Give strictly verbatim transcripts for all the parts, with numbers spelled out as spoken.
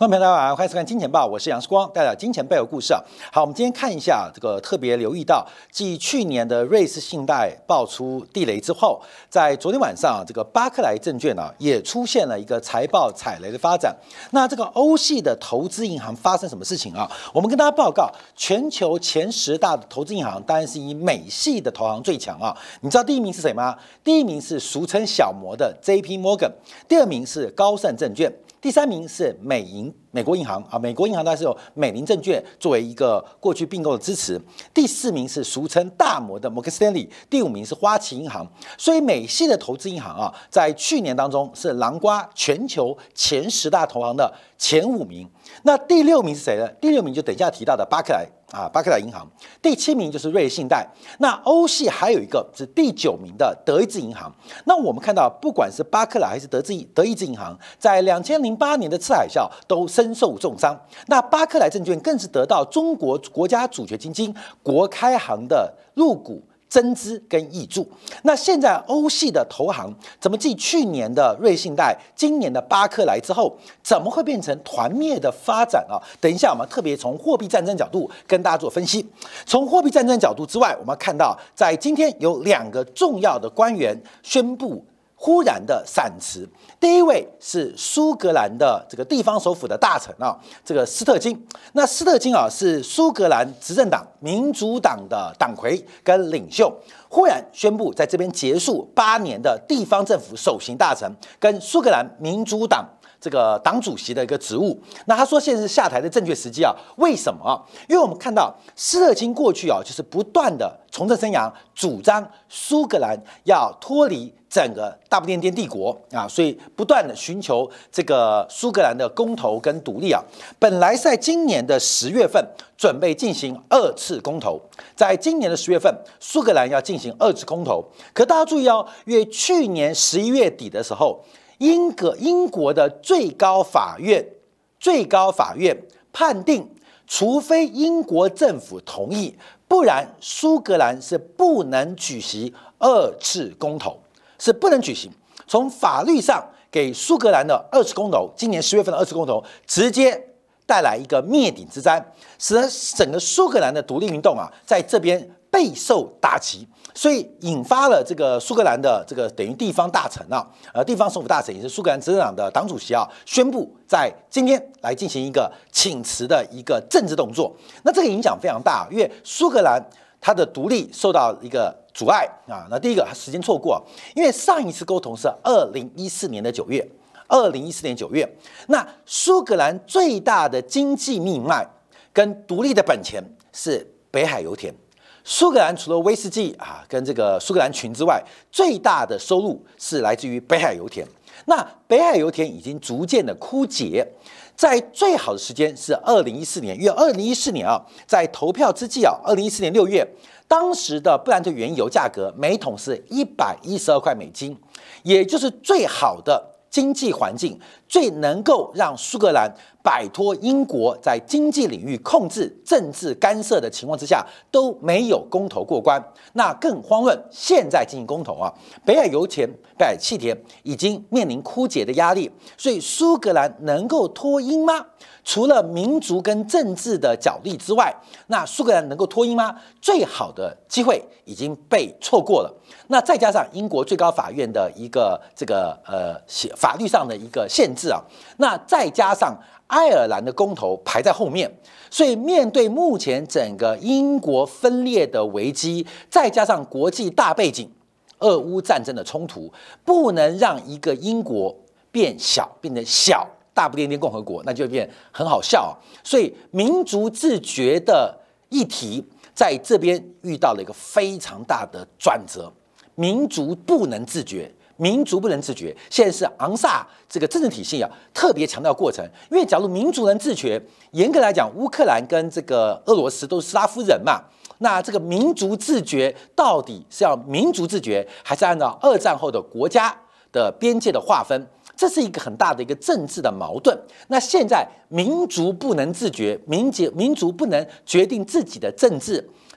众朋友大家好，欢迎收看《金钱报》，我是杨世光，带来金钱背后故事啊。好，我们今天看一下这个特别留意到，继去年的瑞士信贷爆出地雷之后，在昨天晚上，这个巴克莱证券啊也出现了一个财报踩雷的发展。那这个欧系的投资银行发生什么事情啊？我们跟大家报告，全球前十大的投资银行当然是以美系的投行最强啊。你知道第一名是谁吗？第一名是俗称小摩的 J P Morgan， 第二名是高盛证券。第三名是美银，美国银行啊，美国银行它是有美林证券作为一个过去并购的支持。第四名是俗称大摩的摩根士丹利，第五名是花旗银行。所以美系的投资银行啊，在去年当中是囊括全球前十大投行的前五名。那第六名是谁呢？第六名就等一下提到的巴克莱啊，巴克莱银行。第七名就是瑞士信贷。那欧系还有一个是第九名的德意志银行。那我们看到，不管是巴克莱还是德意德意志银行，在两千零八年的次海啸都深受重伤。那巴克莱证券更是得到中国国家主权基金国开行的入股增资跟挹注。那现在欧系的投行怎么继去年的瑞信贷、今年的巴克莱之后，怎么会变成团灭的发展啊？等一下我们特别从货币战争角度跟大家做分析。从货币战争角度之外，我们看到在今天有两个重要的官员宣布忽然的闪辞。第一位是苏格兰的这个地方首府的大臣啊，这个斯特金。那斯特金啊是苏格兰执政党民主党的党魁跟领袖，忽然宣布在这边结束八年的地方政府首席大臣跟苏格兰民主党这个党主席的一个职务。那他说现在是下台的正确时机啊？为什么啊？因为我们看到斯特金过去啊就是不断的从政生涯主张苏格兰要脱离整个大不列颠帝国啊，所以不断的寻求这个苏格兰的公投跟独立啊。本来在今年的十月份准备进行二次公投，在今年的十月份，苏格兰要进行二次公投。可大家注意哦，因为去年十一月底的时候，英国英国的最高法院最高法院判定，除非英国政府同意，不然苏格兰是不能举行二次公投。是不能举行。从法律上给苏格兰的二次公投，今年十月份的二次公投，直接带来一个灭顶之灾，使得整个苏格兰的独立运动啊，在这边备受打击，所以引发了这个苏格兰的这个等于地方大臣啊，呃，地方首府大臣也是苏格兰执政党的党主席啊，宣布在今天来进行一个请辞的一个政治动作。那这个影响非常大，因为苏格兰它的独立受到一个阻碍啊。那第一个时间错过，因为上一次沟通是二零一四年的九月，二零一四年九月，那苏格兰最大的经济命脉跟独立的本钱是北海油田。苏格兰除了威士忌啊跟这个苏格兰群之外，最大的收入是来自于北海油田。那北海油田已经逐渐的枯竭，在最好的时间是二零一四年，因为二零一四年啊，在投票之际啊，二零一四年六月，当时的布兰特原油价格每桶是一百一十二块美金，也就是最好的经济环境，最能够让苏格兰摆脱英国在经济领域控制、政治干涉的情况之下，都没有公投过关。那更遑论现在进行公投啊，北海油田、北海气田已经面临枯竭的压力，所以苏格兰能够脱英吗？除了民族跟政治的角力之外，那苏格兰能够脱英吗？最好的机会已经被错过了。那再加上英国最高法院的一个这个呃法律上的一个限制啊，那再加上爱尔兰的公投排在后面，所以面对目前整个英国分裂的危机，再加上国际大背景，俄乌战争的冲突，不能让一个英国变小，变成小大不列颠共和国，那就变很好笑啊。所以民族自觉的议题在这边遇到了一个非常大的转折，民族不能自觉。民族不能自觉，现在是昂萨这个政治体系啊，特别强调过程。因为假如民族能自觉，严格来讲，乌克兰跟这个俄罗斯都是斯拉夫人嘛，那这个民族自觉到底是要民族自觉，还是按照二战后的国家的边界的划分？这是一个很大的一个政治的矛盾。那现在民族不能自觉，民族民族不能决定自己的政治，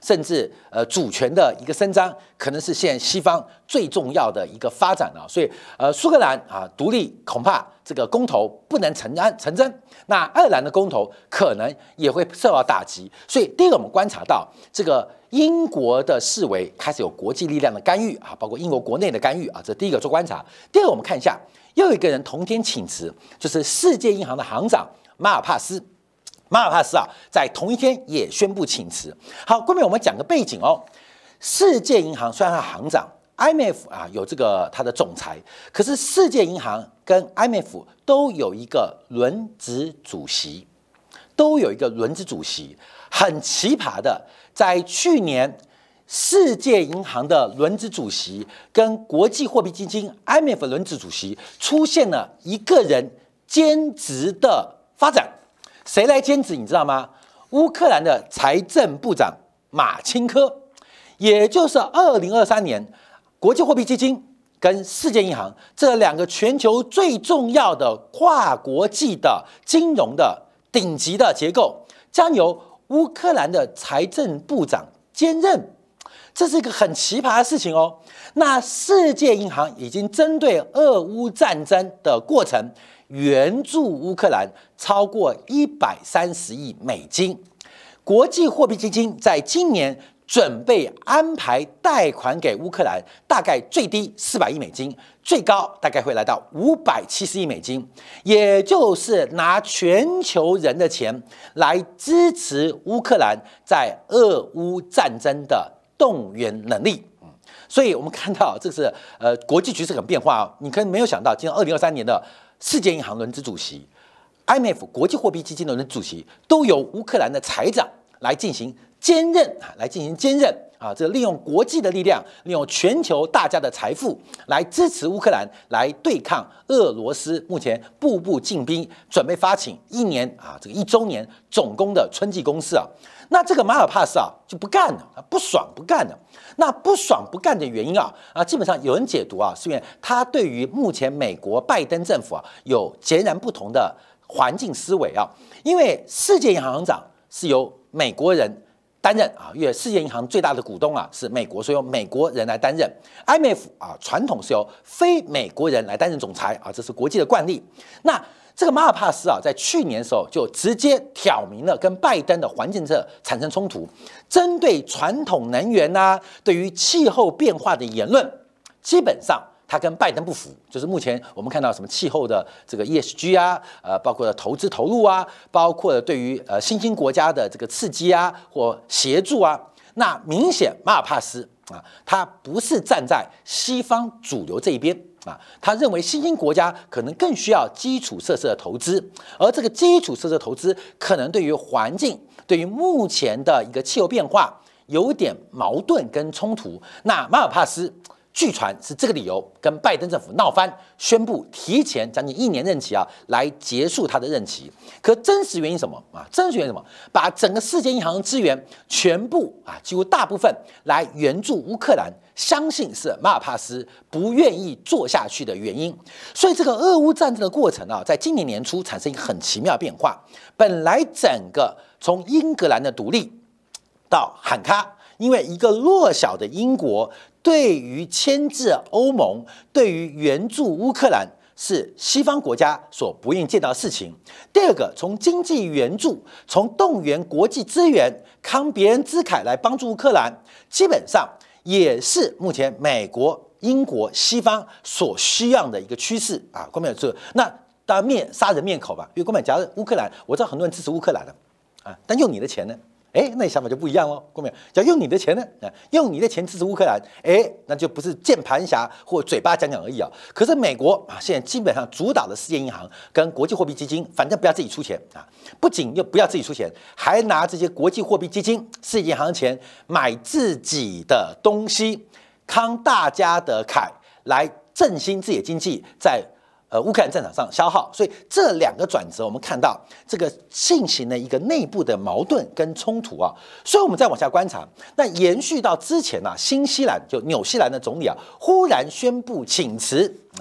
甚至呃主权的一个伸张，可能是现在西方最重要的一个发展啊。所以呃苏格兰啊独立恐怕这个公投不能成安成真，那爱尔兰的公投可能也会受到打击。所以第一个我们观察到这个英国的视为开始有国际力量的干预啊，包括英国国内的干预啊，这第一个做观察。第二个我们看一下，又有一个人同天请辞，就是世界银行的行长马尔帕斯。马尔帕斯啊，在同一天也宣布请辞。好，后面我们讲个背景哦。世界银行虽然它行长 I M F 啊有这个它的总裁，可是世界银行跟 I M F 都有一个轮值主席，都有一个轮值主席。很奇葩的，在去年，世界银行的轮值主席跟国际货币基金 I M F 轮值主席出现了一个人兼职的发展。谁来兼职？你知道吗？乌克兰的财政部长马钦科，也就是二零二三年，国际货币基金跟世界银行这两个全球最重要的跨国际的金融的顶级的结构，将由乌克兰的财政部长兼任。这是一个很奇葩的事情哦。那世界银行已经针对俄乌战争的过程援助乌克兰超过一百三十亿美金，国际货币基金在今年准备安排贷款给乌克兰，大概最低四百亿美金，最高大概会来到五百七十亿美金，也就是拿全球人的钱来支持乌克兰在俄乌战争的动员能力。所以我们看到这是呃国际局势很变化哦。你可能没有想到，今年二零二三年的世界银行轮值主席、I M F 国际货币基金的轮值主席都由乌克兰的财长来进行兼任啊，来进行兼任啊，这利用国际的力量，利用全球大家的财富来支持乌克兰，来对抗俄罗斯目前步步进逼，准备发起一年啊这个一周年总攻的春季攻势啊。那这个马尔帕斯啊就不干了，不爽不干了。那不爽不干的原因啊啊，基本上有人解读啊，是因为他对于目前美国拜登政府啊有截然不同的环境思维啊。因为世界银行行长是由美国人担任啊，因为世界银行最大的股东啊是美国，所以由美国人来担任。I M F 啊，传统是由非美国人来担任总裁啊，这是国际的惯例。那这个马尔帕斯啊，在去年的时候就直接挑明了跟拜登的环境政策产生冲突，针对传统能源呐、啊，对于气候变化的言论，基本上他跟拜登不符。就是目前我们看到什么气候的这个 E S G 啊，呃，包括投资投入啊，包括对于呃新兴国家的这个刺激啊或协助啊，那明显马尔帕斯啊，他不是站在西方主流这一边。啊，他认为新兴国家可能更需要基础设施的投资，而这个基础设施的投资可能对于环境、对于目前的一个气候变化有点矛盾跟冲突。那马尔帕斯据传是这个理由跟拜登政府闹翻，宣布提前将近一年任期啊来结束他的任期。可真实原因什么啊？真实原因什么？把整个世界银行的资源全部啊，几乎大部分来援助乌克兰。相信是马尔帕斯不愿意做下去的原因，所以这个俄乌战争的过程啊，在今年年初产生一个很奇妙的变化。本来整个从英格兰的独立到喊卡，因为一个弱小的英国对于牵制欧盟、对于援助乌克兰是西方国家所不愿意见到的事情。第二个，从经济援助、从动员国际资源、慷别人之慨来帮助乌克兰，基本上。也是目前美国、英国、西方所需要的一个趋势啊。关键是那当然灭杀人灭口吧，因为关键假如乌克兰，我知道很多人支持乌克兰的啊，但用你的钱呢？哎，那你想法就不一样哦。关键只要用你的钱呢，啊，用你的钱支持乌克兰，哎，那就不是键盘侠或嘴巴讲讲而已啊。可是美国啊，现在基本上主导的世界银行跟国际货币基金，反正不要自己出钱啊，不仅又不要自己出钱，还拿这些国际货币基金、世界银行的钱买自己的东西，慷大家的慨，来振兴自己的经济，在呃乌克兰战场上消耗。所以这两个转折，我们看到这个进行了一个内部的矛盾跟冲突啊。所以我们再往下观察，那延续到之前啊，新西兰就纽西兰的总理啊，忽然宣布请辞啊。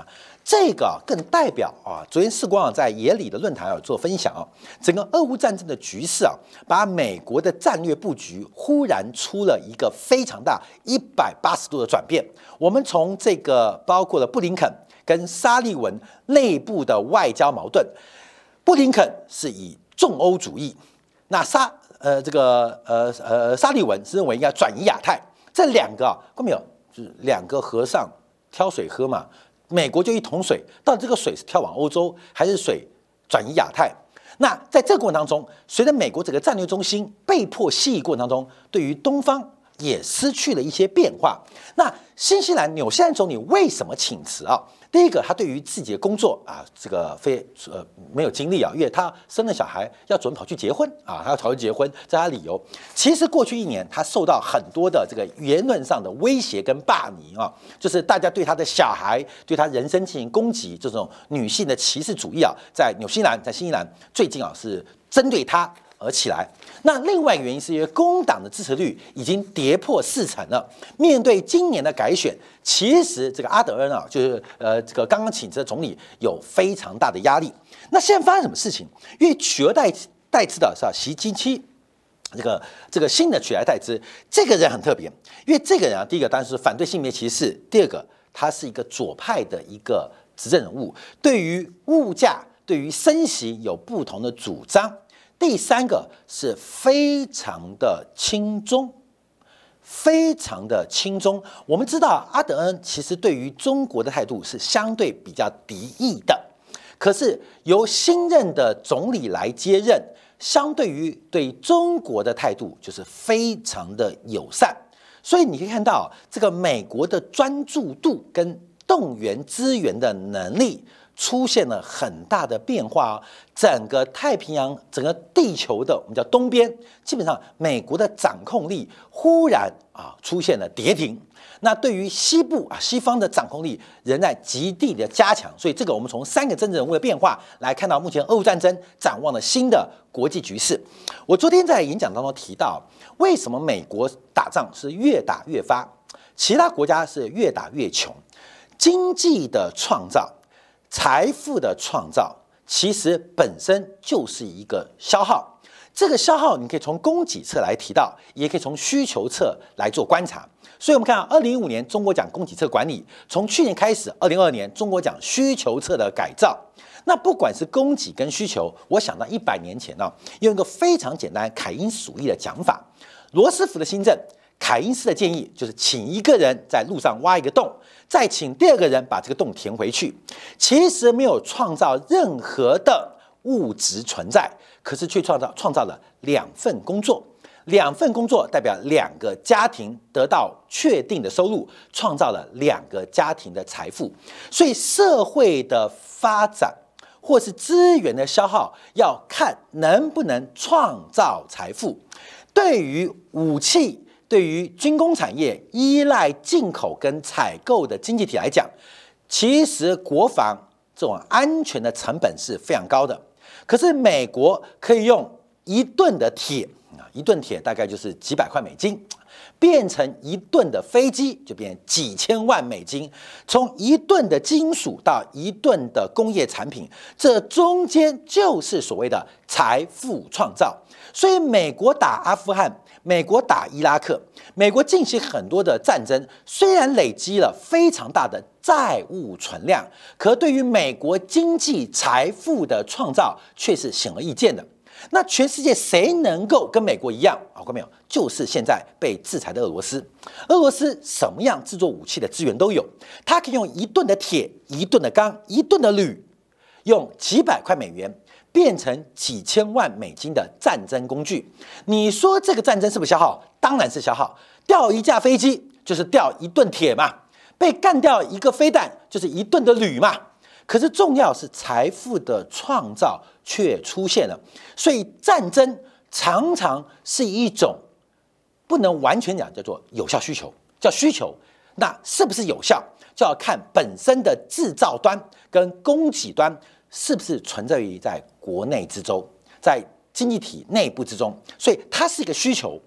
这个更代表啊，昨天世光啊在野里的论坛有做分享啊，整个俄乌战争的局势啊，把美国的战略布局忽然出了一个非常大一百八十度的转变。我们从这个包括了布林肯跟沙利文内部的外交矛盾，布林肯是以重欧主义，那沙呃这个呃呃沙利文是认为应该转移亚太，这两个啊，看到没有，就是两个和尚挑水喝嘛。美国就一桶水，到底这个水是跳往欧洲，还是水转移亚太？那在这个过程当中，随着美国整个战略中心被迫西移过程当中，对于东方也失去了一些变化。那新西兰、纽西兰总理为什么请辞啊？第一个，他对于自己的工作啊，这个非呃没有精力啊，因为他生了小孩要准备跑去结婚啊，他要跑去结婚，这是他理由。其实过去一年，他受到很多的这个言论上的威胁跟霸凌啊，就是大家对他的小孩、对他人生进行攻击，这种女性的歧视主义啊，在纽西兰、在新西兰最近啊是针对他而起来。那另外一个原因是因为工党的支持率已经跌破四成了，面对今年的改选，其实这个阿德恩啊，就是呃这个刚刚请辞的总理有非常大的压力。那现在发生什么事情？因为取而代代之的是习近平。这个这个新的取而代之，这个人很特别，因为这个人啊，第一个当然是反对性别歧视，第二个他是一个左派的一个执政人物，对于物价、对于升息有不同的主张。第三个是非常的亲中，非常的亲中。我们知道阿德恩其实对于中国的态度是相对比较敌意的，可是由新任的总理来接任，相对于对中国的态度就是非常的友善。所以你可以看到这个美国的专注度跟动员资源的能力出现了很大的变化。整个太平洋、整个地球的我们叫东边，基本上美国的掌控力忽然啊出现了跌停。那对于西部啊西方的掌控力仍在极地的加强。所以这个我们从三个政治人物的变化来看到目前俄乌战争展望了新的国际局势。我昨天在演讲当中提到，为什么美国打仗是越打越发，其他国家是越打越穷？经济的创造、财富的创造，其实本身就是一个消耗。这个消耗你可以从供给侧来提到，也可以从需求侧来做观察。所以我们看到二零一五年中国讲供给侧管理，从去年开始二零二二年中国讲需求侧的改造。那不管是供给跟需求，我想到一百年前呢、啊，用一个非常简单凯因斯主义的讲法，罗斯福的新政，凯因斯的建议就是请一个人在路上挖一个洞，再请第二个人把这个洞填回去。其实没有创造任何的物质存在，可是却创造创造了两份工作，两份工作代表两个家庭得到确定的收入，创造了两个家庭的财富。所以社会的发展或是资源的消耗，要看能不能创造财富。对于武器、对于军工产业依赖进口跟采购的经济体来讲，其实国防这种安全的成本是非常高的。可是美国可以用一吨的铁啊，一吨铁大概就是几百块美金，变成一吨的飞机就变成几千万美金。从一吨的金属到一吨的工业产品，这中间就是所谓的财富创造。所以美国打阿富汗，美国打伊拉克，美国进行很多的战争，虽然累积了非常大的债务存量，可对于美国经济财富的创造却是显而易见的。那全世界谁能够跟美国一样？好，看到没有？就是现在被制裁的俄罗斯。俄罗斯什么样制作武器的资源都有，它可以用一吨的铁、一吨的钢、一吨的铝，用几百块美元变成几千万美金的战争工具。你说这个战争是不是消耗？当然是消耗。掉一架飞机就是掉一吨铁嘛，被干掉一个飞弹就是一吨的铝嘛。可是重要是财富的创造却出现了，所以战争常常是一种不能完全讲叫做有效需求，叫需求。那是不是有效，就要看本身的制造端跟供给端是不是存在于在国内之中，在经济体内部之中。所以它是一个需求，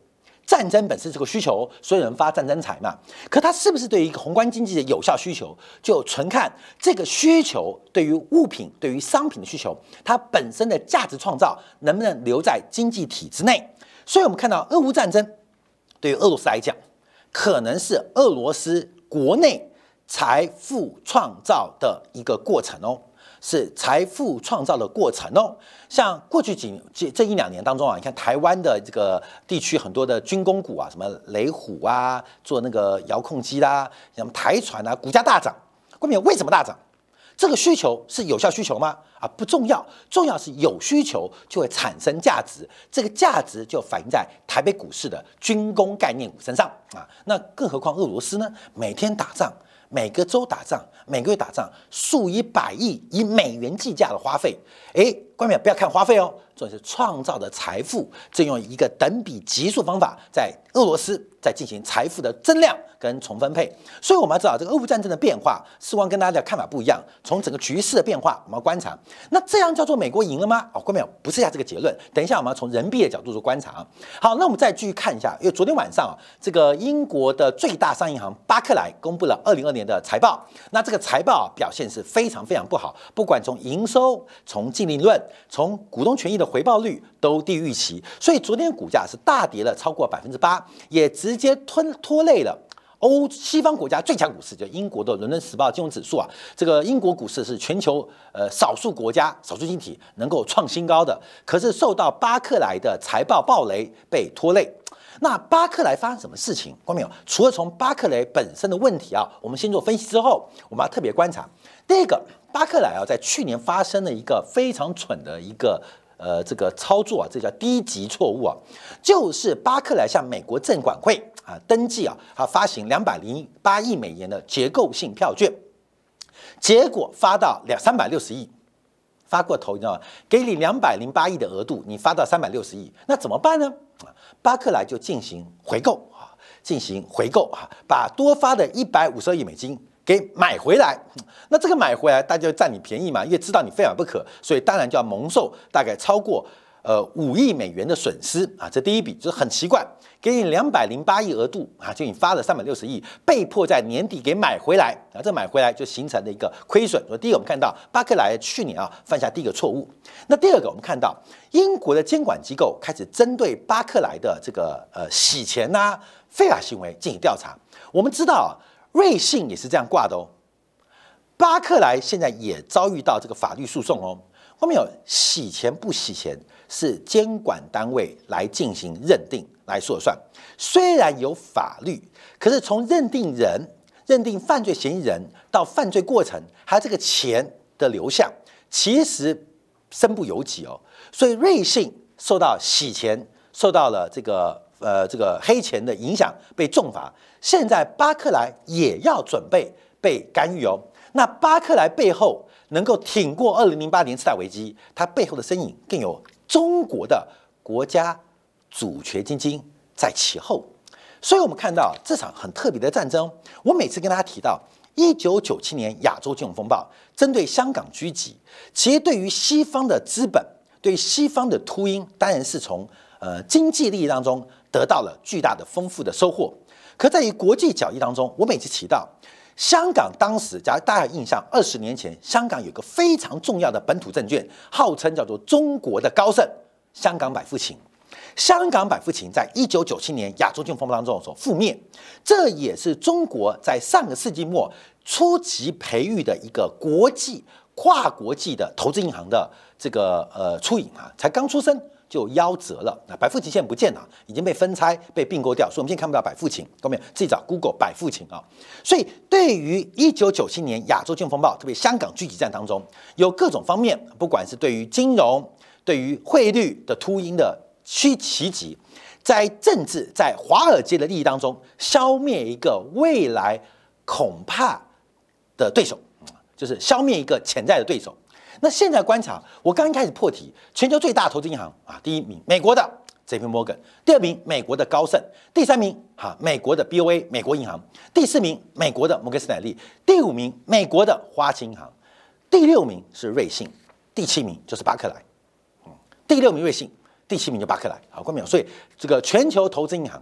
战争本身是个需求，所有人发战争财嘛。可它是不是对于一个宏观经济的有效需求，就纯看这个需求对于物品、对于商品的需求，它本身的价值创造能不能留在经济体制内？所以我们看到俄乌战争对于俄罗斯来讲，可能是俄罗斯国内财富创造的一个过程哦。是财富创造的过程哦，像过去几这这一两年当中啊，你看台湾的这个地区很多的军工股啊，什么雷虎啊，做那个遥控机啦，什么台船啊，股价大涨。关键为什么大涨？这个需求是有效需求吗？啊，不重要，重要是有需求就会产生价值，这个价值就反映在台北股市的军工概念股身上啊。那更何况俄罗斯呢？每天打仗。每个州打仗，每个月打仗，数以百亿以美元计价的花费，哎，观众不要看花费哦，重点是创造的财富，正用一个等比级数方法，在俄罗斯在进行财富的增量跟重分配。所以我们要知道这个俄乌战争的变化，事关跟大家的看法不一样。从整个局势的变化，我们要观察，那这样叫做美国赢了吗？哦，观众不是下这个结论。等一下我们要从人民币的角度做观察。好，那我们再继续看一下，因为昨天晚上啊，这个英国的最大商业银行巴克莱公布了二零二年的财报，那这个财报啊表现是非常非常不好，不管从营收、从净利润、从股东权益的回报率都低于预期，所以昨天股价是大跌了超过百分之八，也直接吞拖累了欧西方国家最强股市，就英国的伦敦时报金融指数啊。这个英国股市是全球呃少数国家、少数经济体能够创新高的，可是受到巴克莱的财报暴雷被拖累。那巴克莱发生什么事情？观众朋友，除了从巴克莱本身的问题啊，我们先做分析之后，我们要特别观察。第一个，巴克莱啊，在去年发生了一个非常蠢的一个呃这个操作啊，这叫低级错误啊，就是巴克莱向美国证管会啊登记啊，它发行两百零八亿美元的结构性票券，结果发到两三百六十亿。发过头，你知道吗？给你两百零八亿的额度，你发到三百六十亿，那怎么办呢？巴克莱就进行回购啊，进行回购啊，把多发的一百五十二亿美金给买回来。那这个买回来，大家就占你便宜嘛，因为知道你非买不可，所以当然就要蒙受大概超过呃五亿美元的损失啊。这第一笔就是很奇怪，给你两百零八亿额度啊，就你发了三百六十亿，被迫在年底给买回来啊，这买回来就形成了一个亏损。所以第一个我们看到巴克莱去年啊犯下第一个错误。那第二个我们看到英国的监管机构开始针对巴克莱的这个呃洗钱呐、啊、非法行为进行调查。我们知道啊，瑞信也是这样挂的哦，巴克莱现在也遭遇到这个法律诉讼哦。后面有洗钱不洗钱是监管单位来进行认定来说了算，虽然有法律，可是从认定人、认定犯罪嫌疑人到犯罪过程，还有这个钱的流向，其实身不由己哦。所以瑞信受到洗钱、受到了这个呃这个黑钱的影响，被重罚。现在巴克莱也要准备被干预哦。那巴克莱背后能够挺过二零零八年次贷危机，它背后的身影更有中国的国家主权基金在其后。所以我们看到这场很特别的战争。我每次跟大家提到一九九七年亚洲金融风暴，针对香港狙击，其实对于西方的资本，对于西方的秃鹰，当然是从呃经济利益当中得到了巨大的丰富的收获。可在于国际交易当中，我每次提到香港当时，假如大家有印象，二十年前香港有个非常重要的本土证券，号称叫做中国的高盛，香港百富勤。香港百富勤在一九九七年亚洲金融风暴当中所覆灭，这也是中国在上个世纪末初级培育的一个国际跨国际的投资银行的这个呃初银啊，才刚出生就夭折了。那百富勤现在不见了，已经被分拆、被并购掉，所以我们现在看不到百富勤。各位自己找 Google 百富勤啊。所以对于一九九七年亚洲金融风暴，特别香港狙击战当中，有各种方面，不管是对于金融、对于汇率的秃鹰的趋袭击，在政治、在华尔街的利益当中，消灭一个未来恐怕的对手，就是消灭一个潜在的对手。那现在观察，我刚刚开始破题，全球最大投资银行啊，第一名美国的 J P Morgan， 第二名美国的高盛，第三名哈美国的 B O A 美国银行，第四名美国的摩根士丹利，第五名美国的花旗银行，第六名是瑞信，第七名就是巴克莱，第六名瑞信。第七名就巴克莱，好，观众朋友，所以这个全球投资银行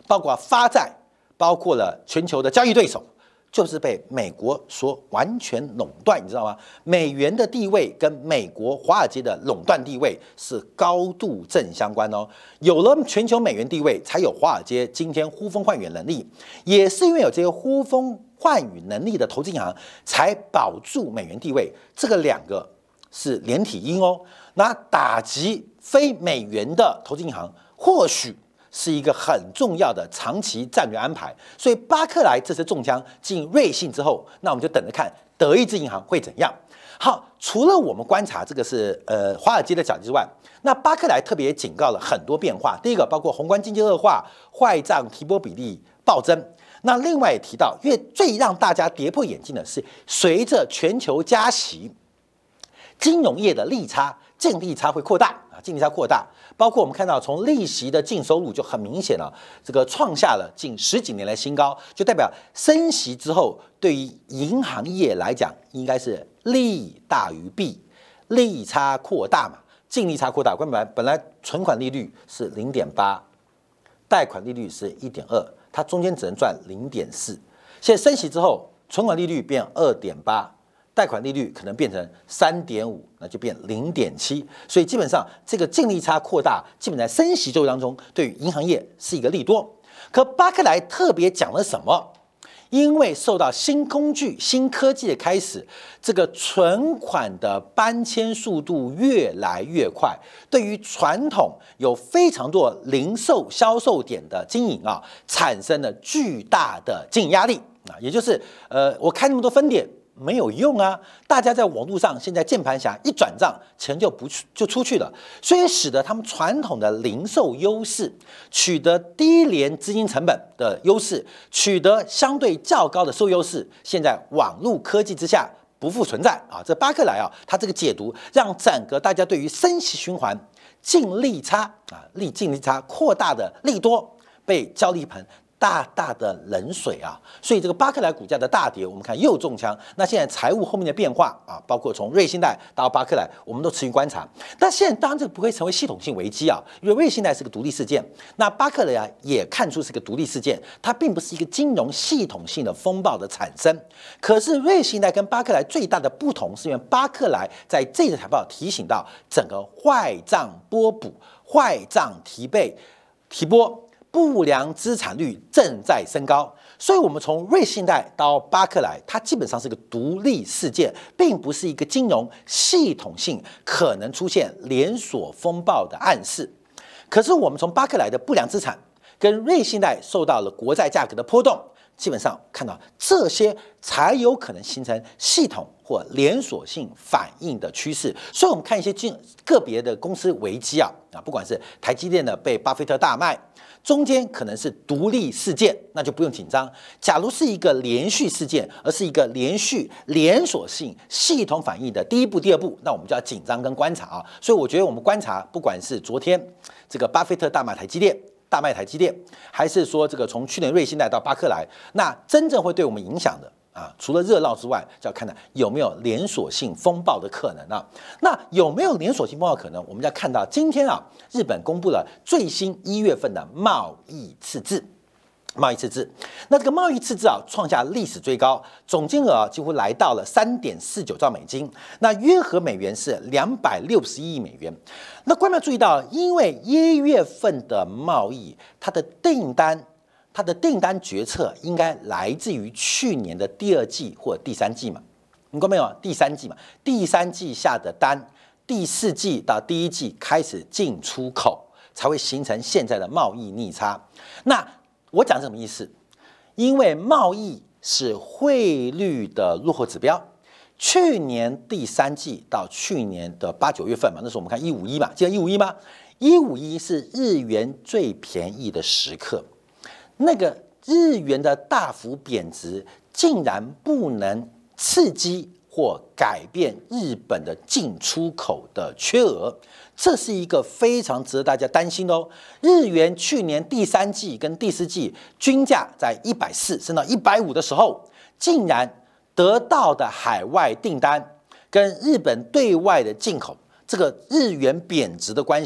包括发债，包括了全球的交易对手，就是被美国所完全垄断，你知道吗？美元的地位跟美国华尔街的垄断地位是高度正相关哦。有了全球美元地位，才有华尔街今天呼风唤雨能力，也是因为有这些呼风唤雨能力的投资银行，才保住美元地位。这个两个是连体婴哦。那打击非美元的投资银行，或许是一个很重要的长期战略安排。所以巴克莱这次中枪进瑞信之后，那我们就等着看德意志银行会怎样。好，除了我们观察这个是呃华尔街的角度之外，那巴克莱特别警告了很多变化。第一个包括宏观经济恶化、坏账提拨比例暴增。那另外也提到，因为最让大家跌破眼镜的是，随着全球加息，金融业的利差、净利差会扩大啊，净利差扩大，包括我们看到从利息的净收入就很明显了，这个创下了近十几年来新高，就代表升息之后，对于银行业来讲，应该是利大于弊，利差扩大嘛，净利差扩大。本来本来存款利率是零点八，贷款利率是一点二。它中间只能赚零点四，现在升息之后，存款利率变二点八，贷款利率可能变成三点五，那就变零点七，所以基本上这个净利差扩大，基本在升息周期当中，对于银行业是一个利多。可巴克莱特别讲了什么？因为受到新工具、新科技的开始，这个存款的搬迁速度越来越快，对于传统有非常多零售销售点的经营啊，产生了巨大的经营压力啊，也就是呃，我开那么多分店没有用啊，大家在网络上现在键盘侠一转账，钱就不去就出去了，所以使得他们传统的零售优势，取得低廉资金成本的优势，取得相对较高的收益优势，现在网络科技之下不复存在啊！这巴克莱啊，他这个解读让整个大家对于升息循环、净利差啊、利净利差扩大的利多被浇了一盆大大的冷水啊，所以这个巴克莱股价的大跌，我们看又中枪。那现在财务后面的变化啊，包括从瑞信贷到巴克莱，我们都持续观察。但现在当然这个不会成为系统性危机啊，因为瑞信贷是个独立事件，那巴克莱啊也看出是个独立事件，它并不是一个金融系统性的风暴的产生。可是瑞信贷跟巴克莱最大的不同，是因为巴克莱在这个财报提醒到整个坏账拨补、坏账提备、提拨。不良资产率正在升高，所以我们从瑞信贷到巴克莱，它基本上是个独立事件，并不是一个金融系统性可能出现连锁风暴的暗示。可是我们从巴克莱的不良资产跟瑞信贷受到了国债价格的波动，基本上看到这些才有可能形成系统或连锁性反应的趋势。所以我们看一些个别的公司危机啊啊，不管是台积电的被巴菲特大卖。中间可能是独立事件，那就不用紧张。假如是一个连续事件，而是一个连续连锁性系统反应的第一步、第二步，那我们就要紧张跟观察啊。所以我觉得我们观察，不管是昨天这个巴菲特大买台积电、大卖台积电，还是说这个从去年瑞信贷到巴克莱，那真正会对我们影响的。啊，除了热闹之外，就要看看有没有连锁性风暴的可能啊。那有没有连锁性风暴可能？我们要看到今天啊，日本公布了最新一月份的贸易赤字。贸易赤字，那这个贸易赤字啊，创下历史最高，总金额啊几乎来到了三点四九兆美金，那约合美元是两百六十亿美元。那观众注意到，因为一月份的贸易，它的订单。它的订单决策应该来自于去年的第二季或第三季嘛？你看没有？第三季嘛，第三季下的单，第四季到第一季开始进出口，才会形成现在的贸易逆差。那我讲什么意思？因为贸易是汇率的落后指标。去年第三季到去年的八九月份嘛，那时候我们看一五一嘛，记得一五一吗？一五一是日元最便宜的时刻。那个日元的大幅贬值，竟然不能刺激或改变日本的进出口的缺额，这是一个非常值得大家担心的哦。日元去年第三季跟第四季均价在一百四升到一百五的时候，竟然得到的海外订单跟日本对外的进口，这个日元贬值的关系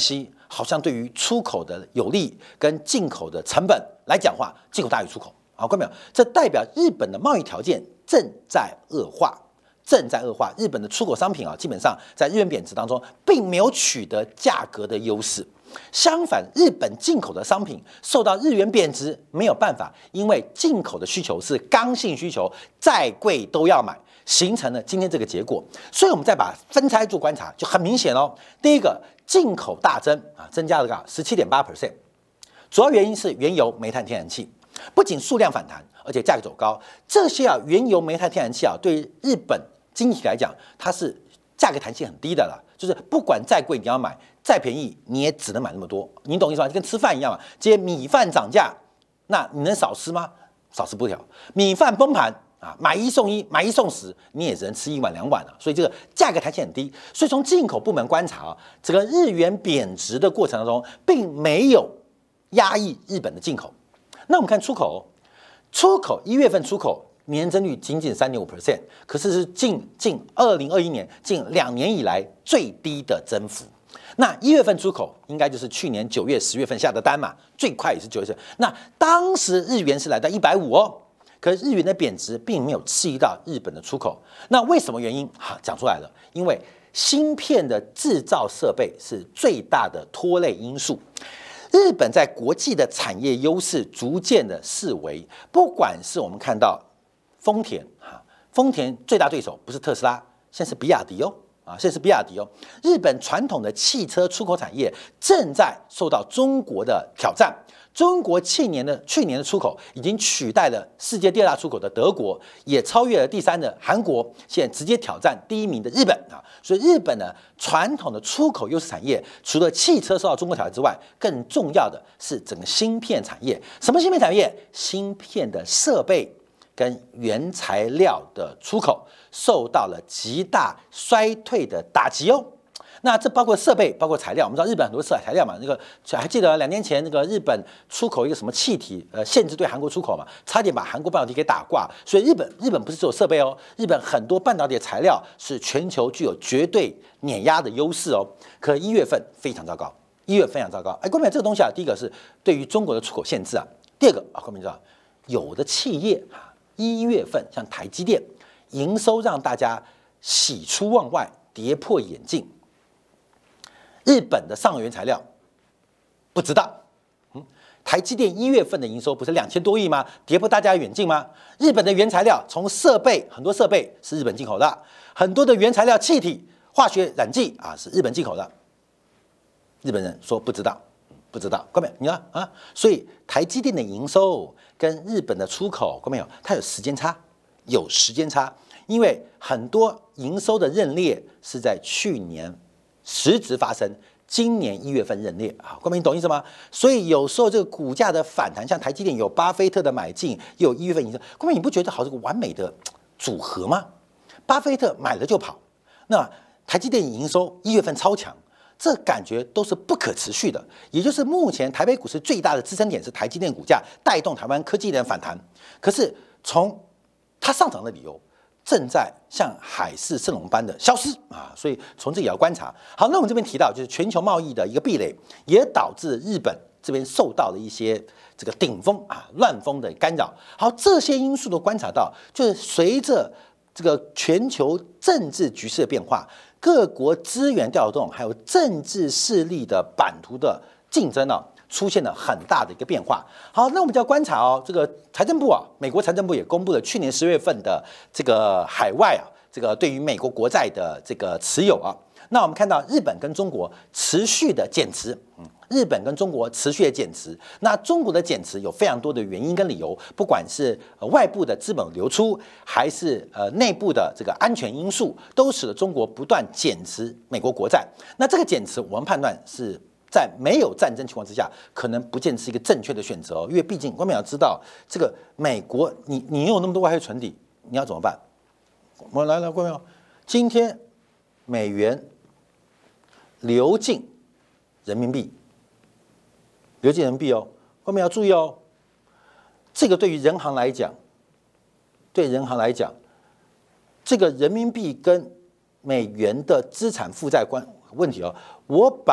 好像对于出口的有利跟进口的成本来讲话，进口大于出口。好，看到没有？这代表日本的贸易条件正在恶化。正在恶化，日本的出口商品啊，基本上在日元贬值当中，并没有取得价格的优势。相反，日本进口的商品受到日元贬值，没有办法，因为进口的需求是刚性需求，再贵都要买，形成了今天这个结果。所以，我们再把分拆做观察，就很明显哦。第一个，进口大增啊，增加了个十七点八 percent， 主要原因是原油、煤炭、天然气。不仅数量反弹，而且价格走高。这些啊，原油、煤炭、天然气啊，对日本经济来讲，它是价格弹性很低的了。就是不管再贵你要买，再便宜你也只能买那么多。你懂意思吗？就跟吃饭一样嘛。今天米饭涨价，那你能少吃吗？少吃不了。米饭崩盘啊，买一送一，买一送十，你也只能吃一碗两碗了。所以这个价格弹性很低。所以从进口部门观察啊，这个日元贬值的过程当中，并没有压抑日本的进口。那我们看出口，出口一月份出口年增率仅仅 三点五 percent， 可是是近近二零二一年近两年以来最低的增幅。那一月份出口应该就是去年九月、十月份下的单嘛，最快也是九月份。那当时日元是来到一百五哦，可是日元的贬值并没有刺激到日本的出口。那为什么原因？哈，讲出来了，因为芯片的制造设备是最大的拖累因素。日本在国际的产业优势逐渐的式微，不管是我们看到丰田哈，丰田最大对手不是特斯拉，现在是比亚迪哦，啊，现在是比亚迪哦。日本传统的汽车出口产业正在受到中国的挑战。中国去年的去年的出口已经取代了世界第二大出口的德国，也超越了第三的韩国，现在直接挑战第一名的日本啊！所以日本呢，传统的出口优势产业，除了汽车受到中国挑战之外，更重要的是整个芯片产业。什么芯片产业？芯片的设备跟原材料的出口受到了极大衰退的打击哦。那这包括设备，包括材料。我们知道日本很多设材料嘛，那个还记得两年前那个日本出口一个什么气体，呃，限制对韩国出口嘛，差点把韩国半导体给打挂。所以日本日本不是只有设备哦，日本很多半导体的材料是全球具有绝对碾压的优势哦。可一月份非常糟糕，一月非常糟糕。哎，各位，这个东西啊，第一个是对于中国的出口限制啊，第二个啊，各位知道有的企业啊，一月份像台积电营收让大家喜出望外，跌破眼镜。日本的上游原材料不知道，嗯，台积电一月份的营收不是两千多亿吗？跌破大家的眼镜吗？日本的原材料从设备很多设备是日本进口的，很多的原材料气体、化学染剂啊是日本进口的。日本人说不知道，不知道，看到没有？你看啊，所以台积电的营收跟日本的出口，看到没有？它有时间差，有时间差，因为很多营收的认列是在去年。实质发生，今年一月份认列啊，各位你懂意思吗？所以有时候这个股价的反弹，像台积电有巴菲特的买进，又有一月份营收，各位你不觉得好这个完美的组合吗？巴菲特买了就跑，那台积电营收一月份超强，这感觉都是不可持续的。也就是目前台北股市最大的支撑点是台积电股价带动台湾科技的反弹，可是从它上涨的理由。正在像海市蜃楼般的消失啊，所以从这也要观察。好，那我们这边提到就是全球贸易的一个壁垒，也导致日本这边受到了一些这个顶风啊乱风的干扰。好，这些因素都观察到，就是随着这个全球政治局势的变化，各国资源调动，还有政治势力的版图的竞争啊。出现了很大的一个变化。好，那我们就要观察哦，这个财政部啊，美国财政部也公布了去年十月份的这个海外啊，这个对于美国国债的这个持有啊。那我们看到日本跟中国持续的减持，嗯，日本跟中国持续的减持。那中国的减持有非常多的原因跟理由，不管是呃外部的资本流出，还是呃内部的这个安全因素，都使得中国不断减持美国国债。那这个减持，我们判断是。在没有战争情况之下，可能不见是一个正确的选择哦，因为毕竟我们要知道，这个美国，你你有那么多外汇存底，你要怎么办？我们来来，各位，今天美元流进人民币，流进人民币哦，我们要注意哦，这个对于人行来讲，对人行来讲，这个人民币跟美元的资产负债关问题哦，我把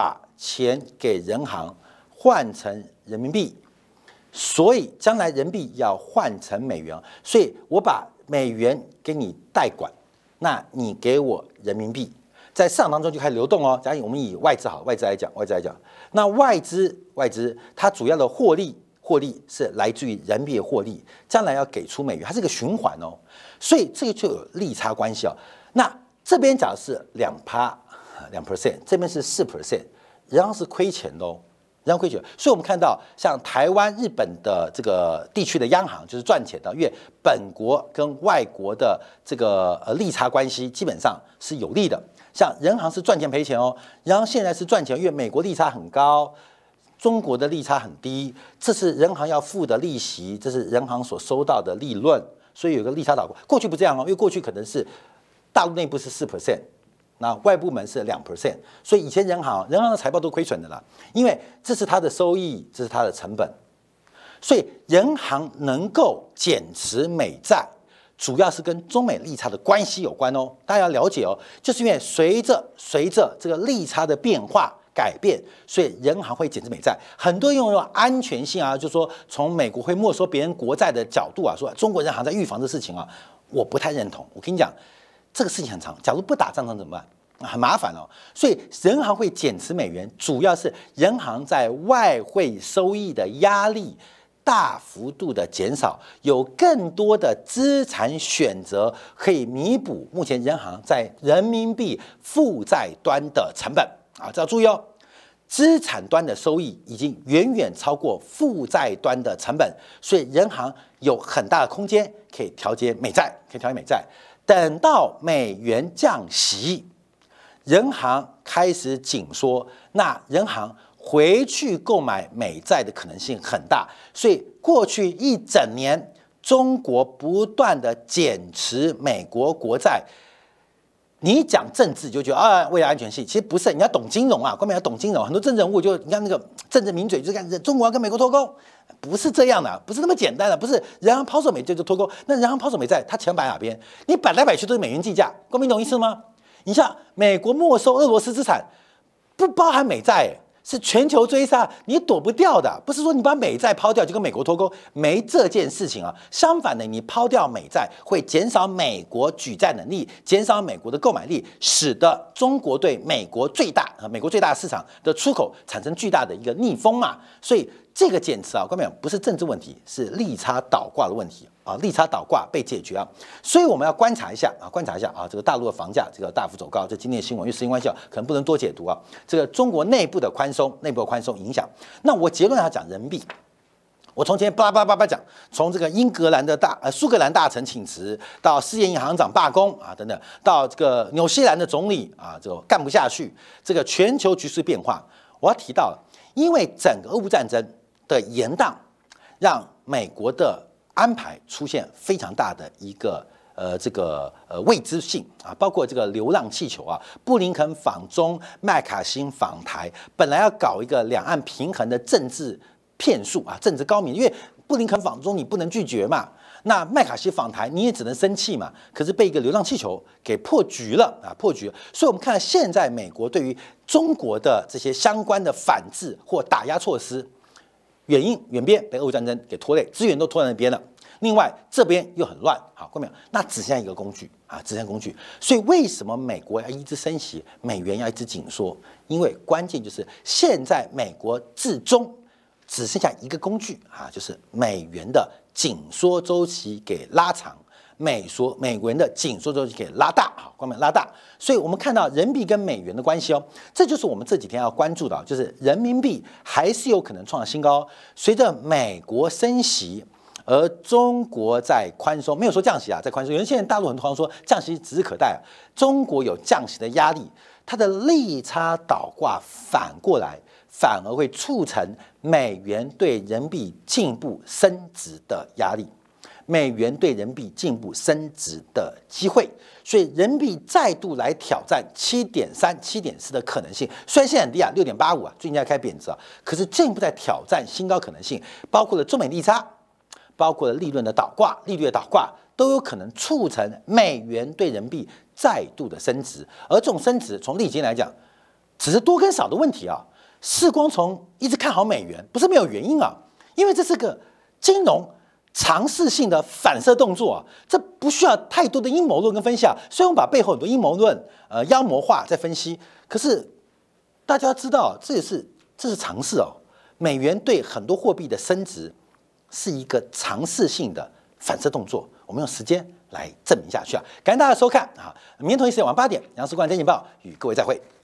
钱给人行换成人民币，所以将来人民币要换成美元，所以我把美元给你代管，那你给我人民币，在市场当中就开始流动哦。假如我们以外资好，外资来讲，外资来讲，那外资外资它主要的获利获利是来自于人民币的获利，将来要给出美元，它是一个循环哦，所以这个就有利差关系哦。那这边讲的是两趴两 percent， 这边是四 percent， 然后是亏钱的哦。然后亏钱，所以我们看到像台湾、日本的这个地区的央行就是赚钱的，因为本国跟外国的这个呃利差关系基本上是有利的。像人行是赚钱赔钱哦，然后现在是赚钱，因为美国利差很高，中国的利差很低，这是人行要付的利息，这是人行所收到的利润，所以有个利差倒挂。过去不这样哦，因为过去可能是大陆内部是四 percent。那外部门是两 percent， 所以以前人行人行的财报都亏损的啦，因为这是它的收益，这是它的成本，所以人行能够减持美债，主要是跟中美利差的关系有关哦。大家要了解哦，就是因为随着随着这个利差的变化改变，所以人行会减持美债。很多人用安全性啊，就说从美国会没收别人国债的角度啊，说中国人行在预防这事情啊，我不太认同。我跟你讲。这个事情很长，假如不打仗怎么办？很麻烦哦。所以人行会减持美元，主要是人行在外汇收益的压力大幅度的减少，有更多的资产选择可以弥补目前人行在人民币负债端的成本啊，这要注意哦。资产端的收益已经远远超过负债端的成本，所以人行有很大的空间可以调节美债，可以调节美债。等到美元降息，人行开始紧缩，那人行回去购买美债的可能性很大。所以过去一整年，中国不断的减持美国国债。你讲政治就觉得啊，为了安全性，其实不是，你要懂金融啊，关键要懂金融。很多政治人物就你看那个政治名嘴，就看中国要跟美国脱钩，不是这样的，不是那么简单的，不是人行抛售美债就脱钩。那人行抛售美债，它钱摆哪边？你摆来摆去都是美元计价，各位懂意思吗？你像美国没收俄罗斯资产，不包含美债，是全球追杀，你躲不掉的。不是说你把美债抛掉就跟美国脱钩，没这件事情啊。相反的，你抛掉美债会减少美国举债能力，减少美国的购买力，使得中国对美国最大美国最大市场的出口产生巨大的一个逆风嘛。所以这个减持啊，各位不是政治问题，是利差倒挂的问题啊，利差倒挂被解决啊。所以我们要观察一下啊，观察一下啊，这个大陆的房价这个大幅走高，这今天的新闻，因为时间关系可能不能多解读啊。这个中国内部的宽松，内部的宽松影响。那我结论要讲人民币。我从前巴拉巴拉巴拉讲，从这个英格兰的大呃苏格兰大臣请辞，到世界银行长罢工啊等等，到这个纽西兰的总理啊这个干不下去，这个全球局势变化，我要提到，因为整个俄乌战争的延宕，让美国的安排出现非常大的一个呃这个呃未知性啊，包括这个流浪气球啊，布林肯访中，麦卡锡访台，本来要搞一个两岸平衡的政治骗术啊，政治高明，因为布林肯访中你不能拒绝嘛，那麦卡锡访台你也只能生气嘛，可是被一个流浪气球给破局了啊，破局了。所以我们看现在美国对于中国的这些相关的反制或打压措施。远因远边被俄乌战争给拖累，资源都拖在那边了。另外这边又很乱，好，看到没有？那只剩下一个工具啊，只剩下工具。所以为什么美国要一直升息，美元要一直紧缩？因为关键就是现在美国至终只剩下一个工具啊，就是美元的紧缩周期给拉长。美缩美元的紧缩周期给拉大，好，关门拉大，所以我们看到人民币跟美元的关系哦，这就是我们这几天要关注的，就是人民币还是有可能创新高。随着美国升息，而中国在宽松，没有说降息啊，在宽松。有人现在大陆很多人说降息指日可待啊，中国有降息的压力，它的利差倒挂反过来，反而会促成美元对人民币进一步升值的压力。美元对人民币进一步升值的机会，所以人民币再度来挑战七点三、七点四的可能性。虽然现在很低啊，六点八五啊，最近在开贬值啊，可是进一步在挑战新高可能性，包括了中美利差，包括了利润的倒挂、利率的倒挂，都有可能促成美元对人民币再度的升值。而这种升值，从历经来讲，只是多跟少的问题啊。 世光从一直看好美元，不是没有原因啊，因为这是个金融尝试性的反射动作啊，这不需要太多的阴谋论跟分析啊。虽然我们把背后很多阴谋论呃妖魔化在分析，可是大家知道这也是这是常识哦。美元对很多货币的升值是一个尝试性的反射动作，我们用时间来证明下去啊！感谢大家的收看啊！明天同一时间晚八点，杨世光天气报与各位再会。